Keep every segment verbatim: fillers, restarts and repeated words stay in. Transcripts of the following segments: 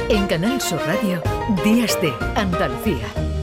En Canal Sur Radio, Días de Andalucía.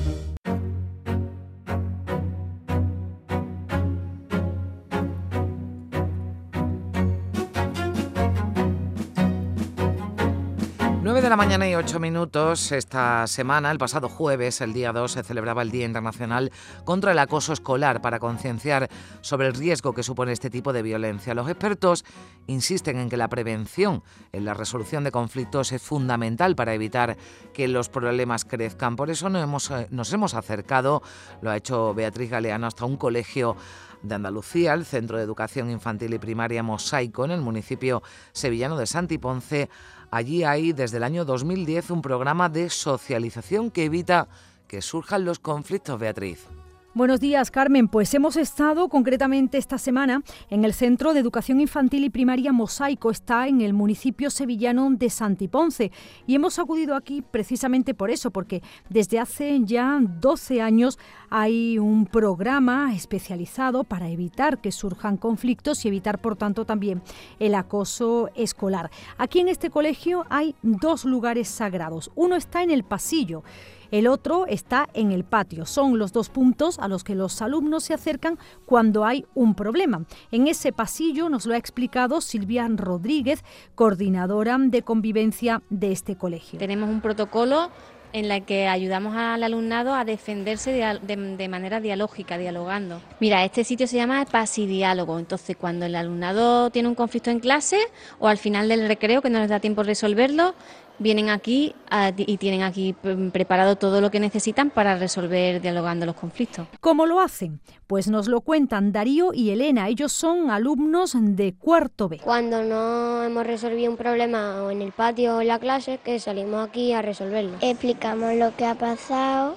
nueve de la mañana y ocho minutos. Esta semana, el pasado jueves, el día dos, se celebraba el Día Internacional contra el Acoso Escolar para concienciar sobre el riesgo que supone este tipo de violencia. Los expertos insisten en que la prevención en la resolución de conflictos es fundamental para evitar que los problemas crezcan. Por eso nos hemos, nos hemos acercado, lo ha hecho Beatriz Galeano, hasta un colegio de Andalucía, el Centro de Educación Infantil y Primaria Mosaico, en el municipio sevillano de Santi Ponce. Allí hay, desde el año dos mil diez, un programa de socialización que evita que surjan los conflictos, Beatriz. Buenos días, Carmen. Pues hemos estado concretamente esta semana en el Centro de Educación Infantil y Primaria Mosaico, está en el municipio sevillano de Santi Ponce, y hemos acudido aquí precisamente por eso, porque desde hace ya doce años hay un programa especializado para evitar que surjan conflictos y evitar, por tanto, también el acoso escolar. Aquí en este colegio hay dos lugares sagrados. Uno está en el pasillo, el otro está en el patio. Son los dos puntos a los que los alumnos se acercan cuando hay un problema. En ese pasillo nos lo ha explicado Silvia Rodríguez, coordinadora de convivencia de este colegio. Tenemos un protocolo en la que ayudamos al alumnado a defenderse de, de, de manera dialógica, dialogando. Mira, este sitio se llama pasidiálogo. Entonces, cuando el alumnado tiene un conflicto en clase o al final del recreo, que no les da tiempo de resolverlo, vienen aquí a, y tienen aquí preparado todo lo que necesitan para resolver dialogando los conflictos. ¿Cómo lo hacen? Pues nos lo cuentan Darío y Elena. Ellos son alumnos de cuarto B. Cuando no hemos resolvido un problema o en el patio o en la clase, que salimos aquí a resolverlo. Explicamos lo que ha pasado,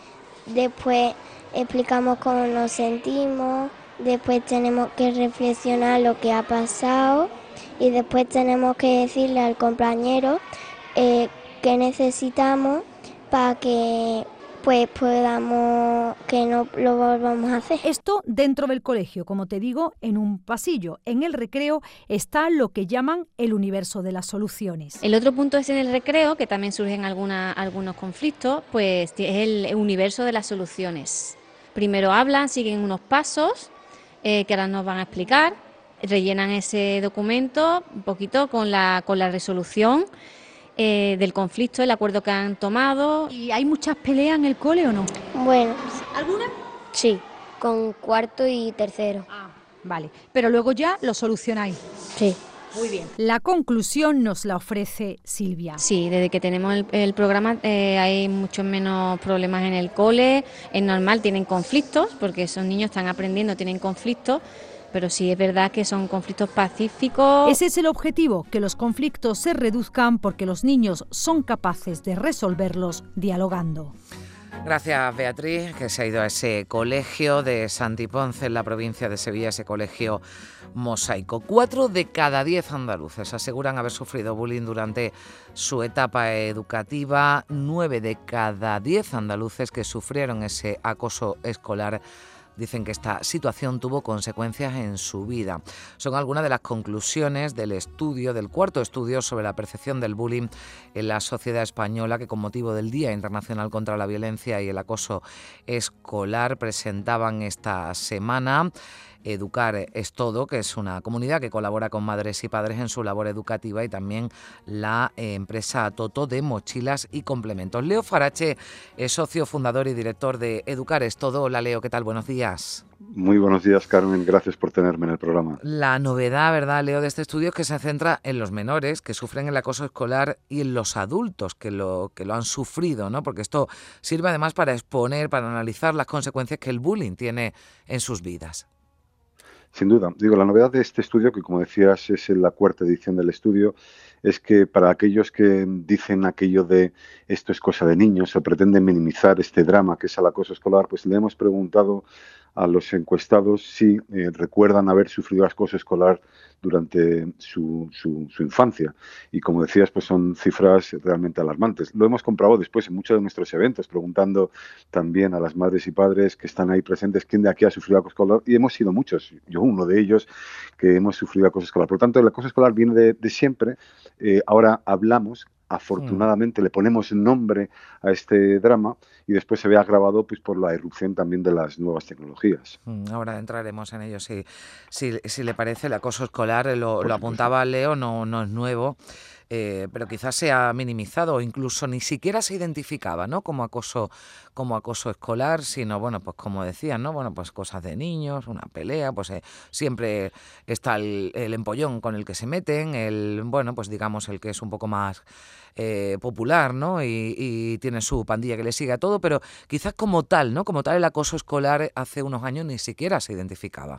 después explicamos cómo nos sentimos, después tenemos que reflexionar lo que ha pasado y después tenemos que decirle al compañero Eh, que necesitamos para que pues podamos que no lo volvamos a hacer. Esto dentro del colegio, como te digo, en un pasillo. En el recreo está lo que llaman el universo de las soluciones. El otro punto es en el recreo, que también surgen alguna, algunos conflictos, pues es el universo de las soluciones. Primero hablan, siguen unos pasos eh, que ahora nos van a explicar, rellenan ese documento un poquito con la, con la resolución Eh, del conflicto, el acuerdo que han tomado. ¿Y hay muchas peleas en el cole o no? Bueno, ¿alguna? Sí, con cuarto y tercero. Ah, vale. Pero luego ya lo solucionáis. Sí. Muy bien. La conclusión nos la ofrece Silvia. Sí, desde que tenemos el, el programa eh, hay muchos menos problemas en el cole. Es normal, tienen conflictos, porque esos niños están aprendiendo, tienen conflictos. Pero sí es verdad que son conflictos pacíficos. Ese es el objetivo, que los conflictos se reduzcan porque los niños son capaces de resolverlos dialogando. Gracias, Beatriz, que se ha ido a ese colegio de Santi Ponce, en la provincia de Sevilla, ese colegio Mosaico. Cuatro de cada diez andaluces aseguran haber sufrido bullying durante su etapa educativa. Nueve de cada diez andaluces que sufrieron ese acoso escolar dicen que esta situación tuvo consecuencias en su vida. Son algunas de las conclusiones del estudio, del cuarto estudio sobre la percepción del bullying en la sociedad española, que con motivo del Día Internacional contra la Violencia y el Acoso Escolar presentaban esta semana. Educar es Todo, que es una comunidad que colabora con madres y padres en su labor educativa, y también la eh, empresa Toto de mochilas y complementos. Leo Farache es socio fundador y director de Educar es Todo. Hola, Leo, ¿qué tal? Buenos días. Muy buenos días, Carmen. Gracias por tenerme en el programa. La novedad, ¿verdad, Leo, de este estudio es que se centra en los menores que sufren el acoso escolar y en los adultos que lo, que lo han sufrido, ¿no? Porque esto sirve además para exponer, para analizar las consecuencias que el bullying tiene en sus vidas. Sin duda. Digo, la novedad de este estudio, que como decías es la cuarta edición del estudio, es que para aquellos que dicen aquello de esto es cosa de niños o pretenden minimizar este drama que es el acoso escolar, pues le hemos preguntado a los encuestados si eh, recuerdan haber sufrido acoso escolar durante su, su, su infancia. Y como decías, pues son cifras realmente alarmantes. Lo hemos comprobado después en muchos de nuestros eventos, preguntando también a las madres y padres que están ahí presentes quién de aquí ha sufrido acoso escolar. Y hemos sido muchos, yo uno de ellos, que hemos sufrido acoso escolar. Por lo tanto, el acoso escolar viene de, de siempre. Eh, ahora hablamos afortunadamente le ponemos nombre a este drama y después se ve agravado pues por la irrupción también de las nuevas tecnologías. Ahora entraremos en ello, si, si, si le parece. El acoso escolar, lo, Por lo supuesto. apuntaba Leo, no, no es nuevo, eh, pero quizás se ha minimizado o incluso ni siquiera se identificaba, ¿no?, como acoso, como acoso escolar, sino, bueno, pues como decían, ¿no?, bueno, pues cosas de niños, una pelea, pues eh, siempre está el, el empollón con el que se meten, el, bueno, pues digamos el que es un poco más eh, popular, ¿no?, y, y tiene su pandilla que le sigue a todo, pero quizás como tal, ¿no?, como tal el acoso escolar hace unos años ni siquiera se identificaba.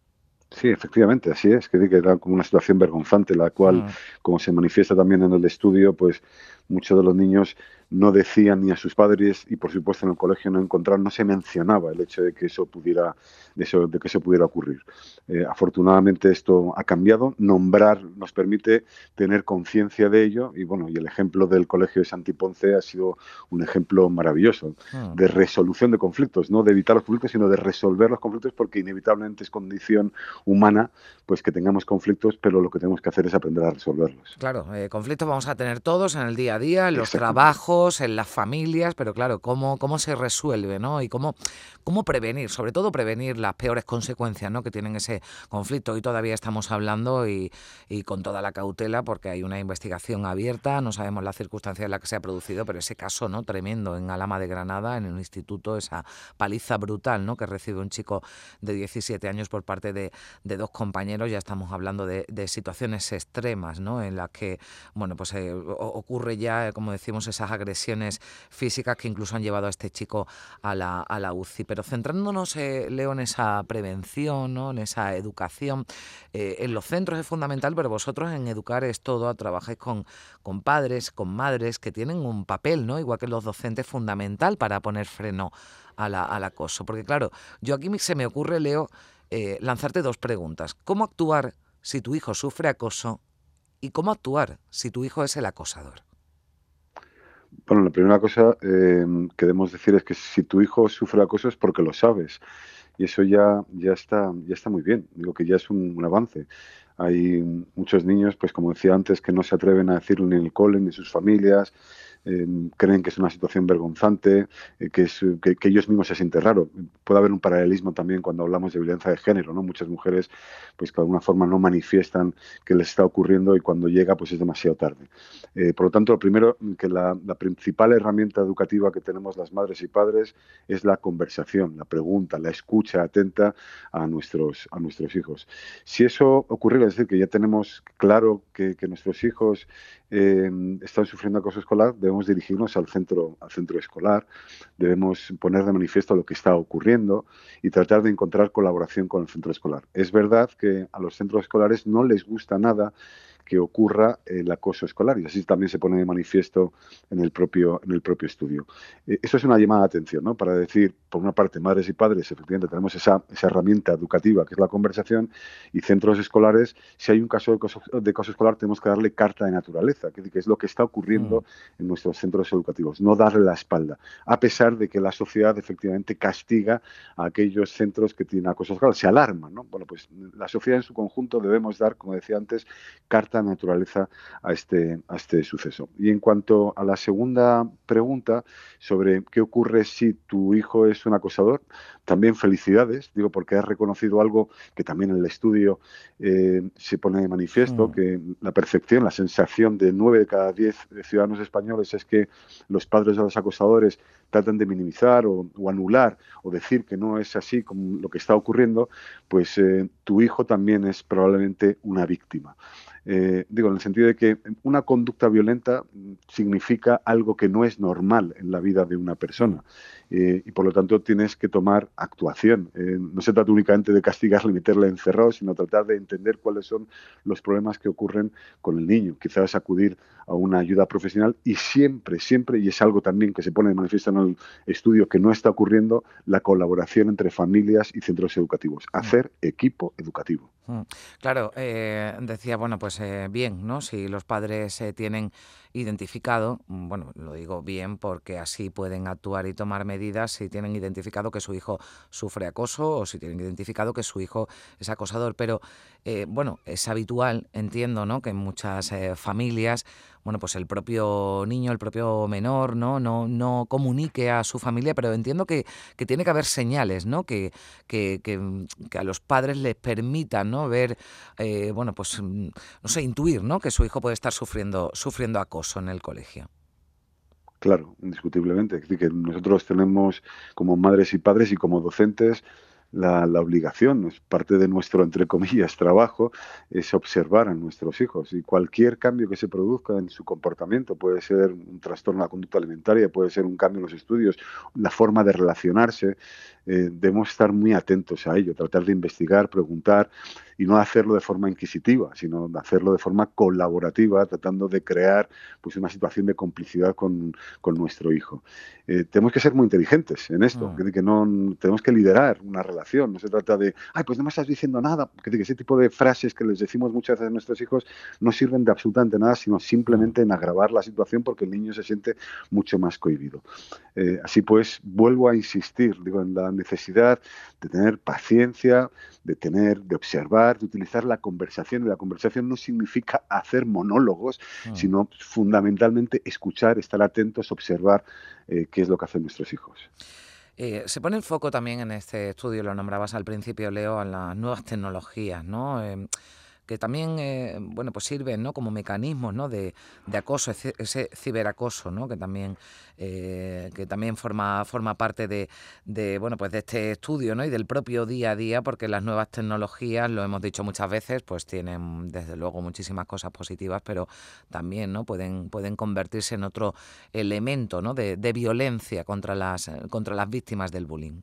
Sí, efectivamente, así es, que que era como una situación vergonzante, la cual, Mm. como se manifiesta también en el estudio, pues muchos de los niños no decían ni a sus padres y, por supuesto, en el colegio no encontraron, no se mencionaba el hecho de que eso pudiera, de eso, de que eso pudiera ocurrir. Eh, afortunadamente esto ha cambiado, nombrar nos permite tener conciencia de ello y, bueno, y el ejemplo del Colegio de Santi Ponce ha sido un ejemplo maravilloso Mm. de resolución de conflictos, no de evitar los conflictos, sino de resolver los conflictos, porque inevitablemente es condición humana pues que tengamos conflictos, pero lo que tenemos que hacer es aprender a resolverlos. Claro, eh, conflictos vamos a tener todos en el día a día, en los Exactamente. trabajos, en las familias, pero claro, cómo, cómo se resuelve, ¿no? Y cómo, cómo prevenir, sobre todo prevenir las peores consecuencias, ¿no?, que tienen ese conflicto. Hoy todavía estamos hablando y, y con toda la cautela, porque hay una investigación abierta, no sabemos las circunstancias en las que se ha producido, pero ese caso, ¿no?, tremendo en Alhama de Granada, en un instituto, esa paliza brutal, ¿no?, que recibe un chico de diecisiete años por parte de, de dos compañeros. Ya estamos hablando de, de situaciones extremas, ¿no?, en las que, bueno, pues eh, ocurre ya, como decimos, esas agresiones físicas que incluso han llevado a este chico a la, a la U C I. Pero centrándonos, eh, Leo, en esa prevención, ¿no?, en esa educación, eh, en los centros es fundamental, pero vosotros en Educar es Todo trabajáis con, con padres, con madres que tienen un papel, ¿no?, igual que los docentes, fundamental para poner freno a la, al acoso. Porque claro, yo aquí se me ocurre, Leo, eh, lanzarte dos preguntas. ¿Cómo actuar si tu hijo sufre acoso? ¿Y cómo actuar si tu hijo es el acosador? Bueno, la primera cosa eh, que debemos decir es que si tu hijo sufre acoso es porque lo sabes. Y eso ya, ya, está, ya está muy bien. Digo que ya es un, un avance. Hay muchos niños, pues como decía antes, que no se atreven a decirlo ni en el cole, ni en sus familias. Eh, creen que es una situación vergonzante, eh, que, es, que, que ellos mismos se sienten raro. Puede haber un paralelismo también cuando hablamos de violencia de género, ¿no? Muchas mujeres, pues que de alguna forma no manifiestan que les está ocurriendo y cuando llega, pues es demasiado tarde. Eh, por lo tanto, lo primero, que la, la principal herramienta educativa que tenemos las madres y padres es la conversación, la pregunta, la escucha atenta a nuestros, a nuestros hijos. Si eso ocurriera, es decir, que ya tenemos claro que, que nuestros hijos eh, están sufriendo acoso escolar, debemos dirigirnos al centro, al centro escolar, debemos poner de manifiesto lo que está ocurriendo y tratar de encontrar colaboración con el centro escolar. Es verdad que a los centros escolares no les gusta nada que ocurra el acoso escolar y así también se pone de manifiesto en el propio, en el propio estudio. Eh, eso es una llamada de atención, ¿no?, para decir, por una parte, madres y padres, efectivamente tenemos esa, esa herramienta educativa que es la conversación, y centros escolares, si hay un caso de acoso, de acoso escolar, tenemos que darle carta de naturaleza, que, que es lo que está ocurriendo mm. en nuestros centros educativos, no darle la espalda, a pesar de que la sociedad efectivamente castiga a aquellos centros que tienen acoso escolar, se alarman, ¿no? Bueno, pues la sociedad en su conjunto debemos dar, como decía antes, carta naturaleza a este, a este suceso. Y en cuanto a la segunda pregunta sobre qué ocurre si tu hijo es un acosador, también felicidades, digo, porque has reconocido algo que también en el estudio eh, se pone de manifiesto, mm. que la percepción, la sensación de nueve de cada diez ciudadanos españoles es que los padres de los acosadores tratan de minimizar o, o anular o decir que no es así como lo que está ocurriendo, pues eh, tu hijo también es probablemente una víctima. Eh, digo, en el sentido de que una conducta violenta significa algo que no es normal en la vida de una persona eh, y por lo tanto tienes que tomar actuación. Eh, no se trata únicamente de castigarle y meterle encerrado, sino tratar de entender cuáles son los problemas que ocurren con el niño. Quizás acudir a una ayuda profesional y siempre, siempre, y es algo también que se pone de manifiesto en el estudio que no está ocurriendo, la colaboración entre familias y centros educativos. Hacer equipo educativo. Claro, eh, decía, bueno, pues eh, bien, ¿no? Si los padres eh, tienen identificado, bueno, lo digo bien porque así pueden actuar y tomar medidas si tienen identificado que su hijo sufre acoso o si tienen identificado que su hijo es acosador. Pero, eh, bueno, es habitual, entiendo, ¿no?, que en muchas eh, familias, bueno, pues el propio niño, el propio menor, ¿no? No, no comunique a su familia, pero entiendo que, que tiene que haber señales, ¿no? Que, que, que, que a los padres les permitan, ¿no? Ver, eh, bueno, pues, no sé, intuir, ¿no? Que su hijo puede estar sufriendo, sufriendo acoso en el colegio. Claro, indiscutiblemente. Es decir, que nosotros tenemos como madres y padres y como docentes la, la obligación, es parte de nuestro, entre comillas, trabajo, es observar a nuestros hijos. Y cualquier cambio que se produzca en su comportamiento, puede ser un trastorno de la conducta alimentaria, puede ser un cambio en los estudios, la forma de relacionarse, eh, debemos estar muy atentos a ello, tratar de investigar, preguntar y no hacerlo de forma inquisitiva, sino hacerlo de forma colaborativa, tratando de crear pues una situación de complicidad con, con nuestro hijo. Eh, tenemos que ser muy inteligentes en esto, Mm. que, que no tenemos que liderar una relación, no se trata de, ay, pues no me estás diciendo nada, que, que ese tipo de frases que les decimos muchas veces a nuestros hijos no sirven de absolutamente nada, sino simplemente en agravar la situación porque el niño se siente mucho más cohibido. Eh, así pues, vuelvo a insistir, digo, en la necesidad de tener paciencia, de tener, de observar, de utilizar la conversación. Y la conversación no significa hacer monólogos, Mm. sino fundamentalmente escuchar, estar atentos, observar eh, qué es lo que hacen nuestros hijos. Eh, se pone el foco también en este estudio, lo nombrabas al principio, Leo, en las nuevas tecnologías, ¿no? Eh, que también, eh, bueno, pues sirven, ¿no? Como mecanismos, ¿no? de, de acoso, ese, ese ciberacoso, ¿no? Que también, eh, que también forma, forma parte de, de, bueno, pues de este estudio, ¿no? Y del propio día a día, porque las nuevas tecnologías, lo hemos dicho muchas veces, pues tienen desde luego muchísimas cosas positivas, pero también, ¿no? Pueden, pueden convertirse en otro elemento, ¿no? de, de violencia contra las, contra las víctimas del bullying.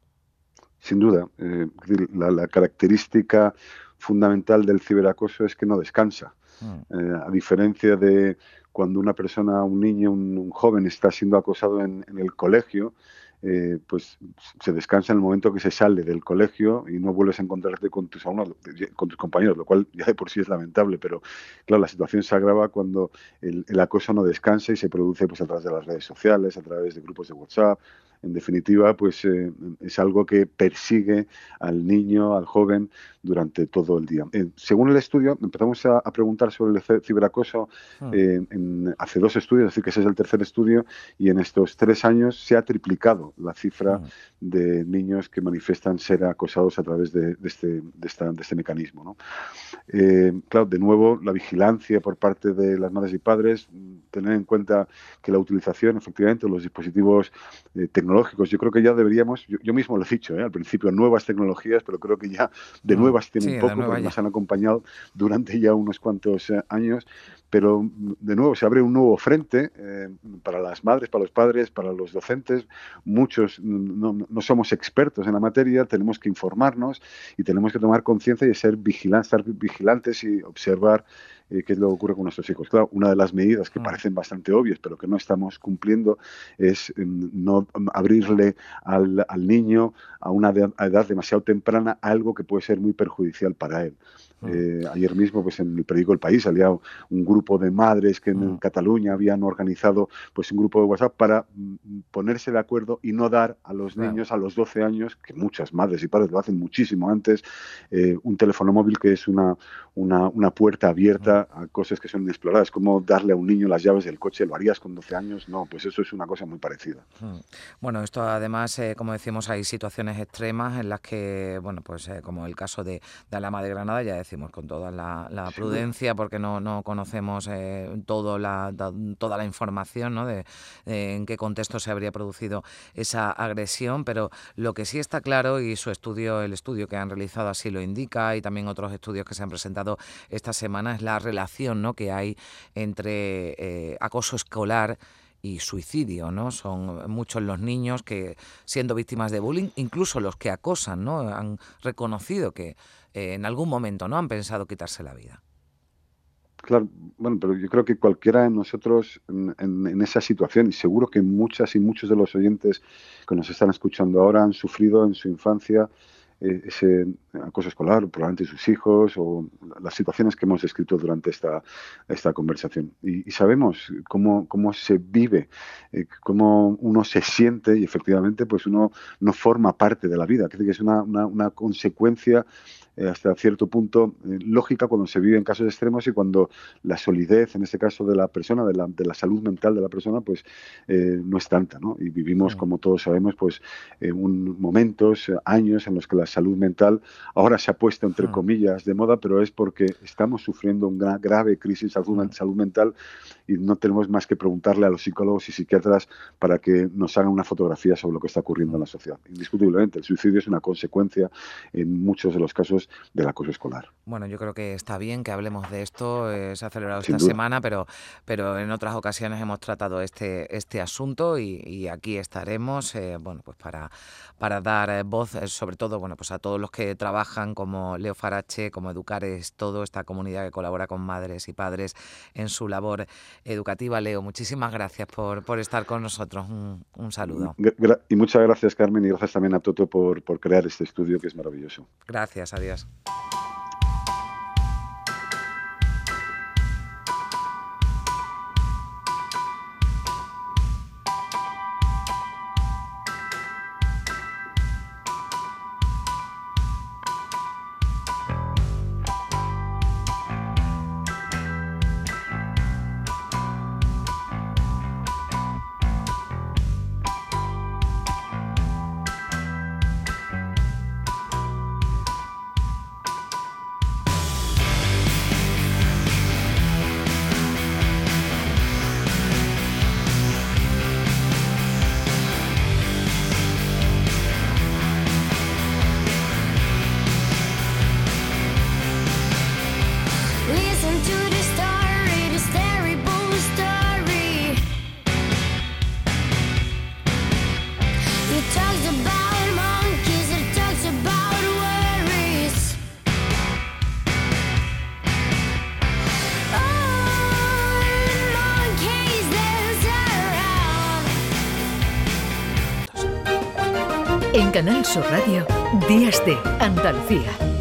Sin duda, eh, la, la característica fundamental del ciberacoso es que no descansa. Mm. Eh, a diferencia de cuando una persona, un niño, un, un joven está siendo acosado en, en el colegio, eh, pues se descansa en el momento que se sale del colegio y no vuelves a encontrarte con tus alumnos, con tus compañeros, lo cual ya de por sí es lamentable, pero claro, la situación se agrava cuando el, el acoso no descansa y se produce pues a través de las redes sociales, a través de grupos de WhatsApp. En definitiva, pues eh, es algo que persigue al niño, al joven, durante todo el día. Eh, según el estudio, empezamos a, a preguntar sobre el ciberacoso eh, en, hace dos estudios, es decir, que ese es el tercer estudio, y en estos tres años se ha triplicado la cifra de niños que manifiestan ser acosados a través de, de, este, de, esta, de este mecanismo, ¿no? Eh, claro, de nuevo, la vigilancia por parte de las madres y padres, tener en cuenta que la utilización, efectivamente, de los dispositivos eh, tecnológicos, yo creo que ya deberíamos, yo, yo mismo lo he dicho, ¿eh? Al principio, nuevas tecnologías, pero creo que ya de Mm. nuevas tienen Sí, poco, de nueva porque ya. nos han acompañado durante ya unos cuantos eh, años, pero de nuevo se abre un nuevo frente eh, para las madres, para los padres, para los docentes. Muchos no, no somos expertos en la materia, tenemos que informarnos y tenemos que tomar conciencia y ser vigilantes, estar vigilantes y observar eh, qué es lo que ocurre con nuestros hijos. Claro, una de las medidas que Mm. parecen bastante obvias, pero que no estamos cumpliendo, es eh, no abrirle al, al niño a una de, a edad demasiado temprana algo que puede ser muy perjudicial para él. Eh, ayer mismo, pues en el periódico El País salía un grupo de madres que en Mm. Cataluña habían organizado pues un grupo de WhatsApp para mm, ponerse de acuerdo y no dar a los Claro. niños a los doce años, que muchas madres y padres lo hacen muchísimo antes, eh, un teléfono móvil que es una, una, una puerta abierta a cosas que son inexploradas, como darle a un niño las llaves del coche. ¿Lo harías con doce años? No, pues eso es una cosa muy parecida. Mm. Bueno, esto además, eh, como decimos, hay situaciones extremas en las que, bueno, pues eh, como el caso de, de Alhama de Granada, ya decimos con toda la, la prudencia, porque no, no conocemos eh, todo la, da, toda la información, ¿no? de, de en qué contexto se habría producido esa agresión, pero lo que sí está claro, y su estudio, el estudio que han realizado así lo indica, y también otros estudios que se han presentado esta semana, es la relación, ¿no? que hay entre eh, acoso escolar y suicidio, ¿no? Son muchos los niños que, siendo víctimas de bullying, incluso los que acosan, ¿no? Han reconocido que eh, en algún momento, ¿no? han pensado quitarse la vida. Claro, bueno, pero yo creo que cualquiera de nosotros en, en, en esa situación, y seguro que muchas y muchos de los oyentes que nos están escuchando ahora han sufrido en su infancia eh, ese acoso escolar, probablemente sus hijos, o las situaciones que hemos descrito durante esta, esta conversación. Y, y sabemos cómo, cómo se vive, eh, cómo uno se siente, y efectivamente pues uno no forma parte de la vida, que es una, una, una consecuencia eh, hasta cierto punto eh, lógica cuando se vive en casos extremos y cuando la solidez, en este caso de la persona, de la, de la salud mental de la persona, pues eh, no es tanta, ¿no? Y vivimos, sí. como todos sabemos, pues eh, un, momentos, eh, años en los que la salud mental ahora se ha puesto, entre sí. comillas, de moda, pero es porque estamos sufriendo una grave crisis de salud, sí. salud mental y no tenemos más que preguntarle a los psicólogos y psiquiatras para que nos hagan una fotografía sobre lo que está ocurriendo en la sociedad. Indiscutiblemente, el suicidio es una consecuencia en muchos de los casos del acoso escolar. Bueno, yo creo que está bien que hablemos de esto, eh, se ha celebrado esta semana, pero, pero en otras ocasiones hemos tratado este, este asunto y, y aquí estaremos, eh, bueno, pues para, para dar voz, eh, sobre todo, bueno, pues a todos los que trabajan como Leo Farache, como Educares, toda esta comunidad que colabora con madres y padres en su labor educativa. Leo, muchísimas gracias por, por estar con nosotros. Un, un saludo. Gra- y muchas gracias, Carmen, y gracias también a Toto por, por crear este estudio que es maravilloso. Gracias, adiós. En Canal Sur Radio, Días de Andalucía.